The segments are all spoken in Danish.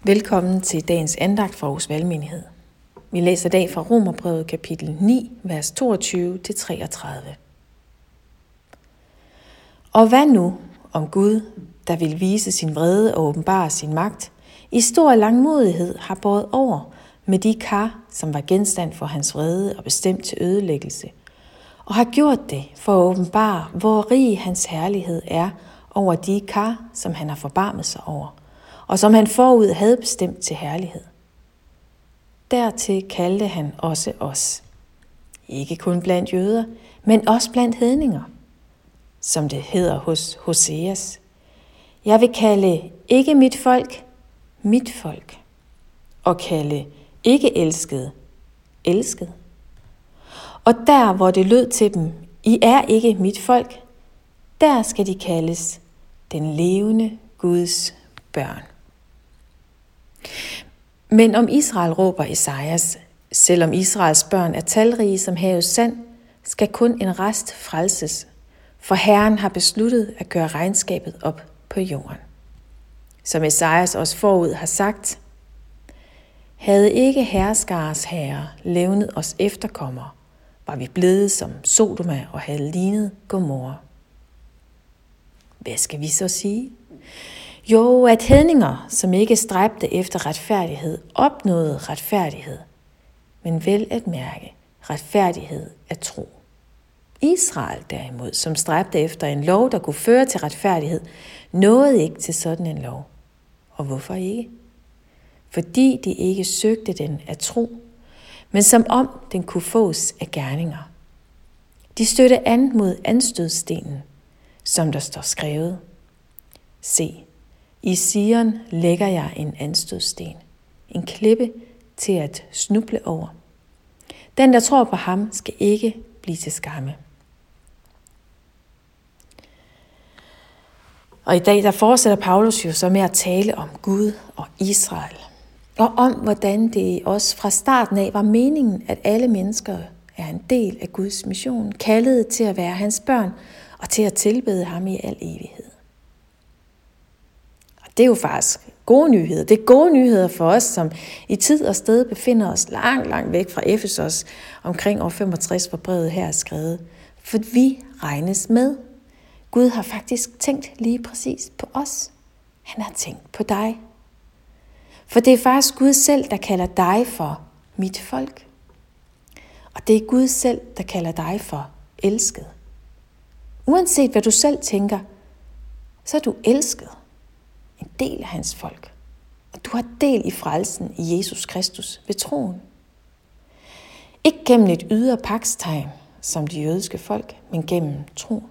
Velkommen til dagens andagt fra Aarhus Valgmenighed. Vi læser i dag fra Romerbrevet kapitel 9, vers 22-33. Og hvad nu om Gud, der vil vise sin vrede og åbenbare sin magt, i stor langmodighed har båret over med de kar, som var genstand for hans vrede og bestemt til ødelæggelse, og har gjort det for at åbenbare, hvor rig hans herlighed er over de kar, som han har forbarmet sig over, og som han forud havde bestemt til herlighed. Dertil kaldte han også os, ikke kun blandt jøder, men også blandt hedninger, som det hedder hos Hoseas. Jeg vil kalde ikke mit folk, og kalde ikke elskede, elsket. Og der, hvor det lød til dem, I er ikke mit folk, der skal de kaldes den levende Guds børn. Men om Israel råber Esajas, selvom Israels børn er talrige som havets sand, skal kun en rest frelses, for Herren har besluttet at gøre regnskabet op på jorden. Som Esajas også forud har sagt, havde ikke herskars herre levnet os efterkommere, var vi blevet som Sodoma og havde lignet Gomorra. Hvad skal vi så sige? Jo, at hedninger, som ikke stræbte efter retfærdighed, opnåede retfærdighed, men vel at mærke retfærdighed af tro. Israel derimod, som stræbte efter en lov, der kunne føre til retfærdighed, nåede ikke til sådan en lov. Og hvorfor ikke? Fordi de ikke søgte den af tro, men som om den kunne fås af gerninger. De stødte an mod anstødstenen, som der står skrevet. Se, i Sion lægger jeg en anstødsten, en klippe til at snuble over. Den, der tror på ham, skal ikke blive til skamme. Og i dag der fortsætter Paulus jo så med at tale om Gud og Israel. Og om hvordan det også fra starten af var meningen, at alle mennesker er en del af Guds mission, kaldet til at være hans børn og til at tilbede ham i al evighed. Og det er jo faktisk gode nyheder. Det er gode nyheder for os, som i tid og sted befinder os langt væk fra Efesos, omkring år 65, hvor brevet her er skrevet. For vi regnes med. Gud har faktisk tænkt lige præcis på os. Han har tænkt på dig. For det er faktisk Gud selv, der kalder dig for mit folk. Og det er Gud selv, der kalder dig for elsket. Uanset hvad du selv tænker, så er du elsket. En del af hans folk. Og du har del i frelsen i Jesus Kristus ved troen. Ikke gennem et ydre pagtstegn, som de jødiske folk, men gennem tro.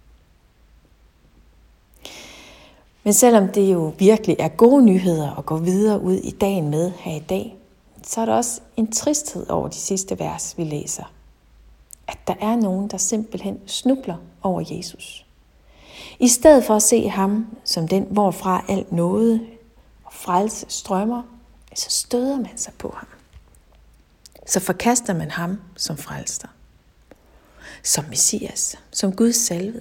Men selvom det jo virkelig er gode nyheder at gå videre ud i dagen med her i dag, så er der også en tristhed over de sidste vers, vi læser. At der er nogen, der simpelthen snubler over Jesus. I stedet for at se ham som den, hvorfra alt nåde og frelse strømmer, så støder man sig på ham. Så forkaster man ham som frelser, som Messias, som Guds salvede.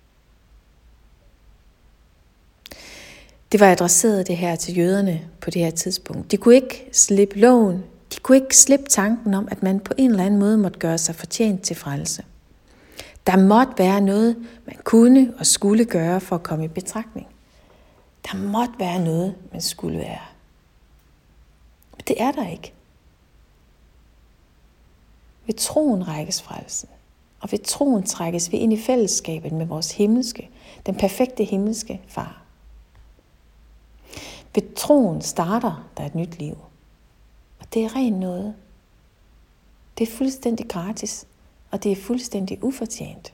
Det var adresseret det her til jøderne på det her tidspunkt. De kunne ikke slippe loven. De kunne ikke slippe tanken om, at man på en eller anden måde måtte gøre sig fortjent til frelse. Der måtte være noget, man kunne og skulle gøre for at komme i betragtning. Der måtte være noget, man skulle være. Men det er der ikke. Ved troen rækkes frelsen. Og ved troen trækkes vi ind i fællesskabet med vores himmelske, den perfekte himmelske far. Ved troen starter der et nyt liv. Og det er ren noget. Det er fuldstændig gratis, og det er fuldstændig ufortjent.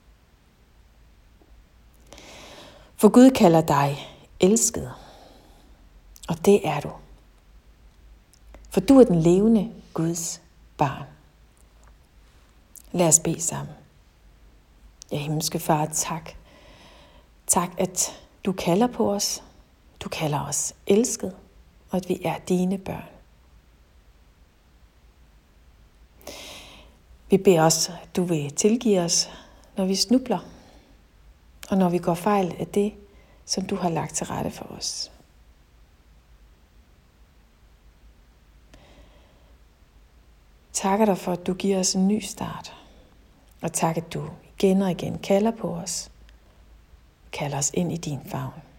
For Gud kalder dig elsket, og det er du. For du er den levende Guds barn. Lad os bede sammen. Ja, himmelske far, tak. Tak, at du kalder på os. Du kalder os elsket, og at vi er dine børn. Vi beder også, at du vil tilgive os, når vi snubler, og når vi går fejl af det, som du har lagt til rette for os. takker dig for, at du giver os en ny start. Og tak, at du igen og igen kalder på os. Kalder os ind i din favn.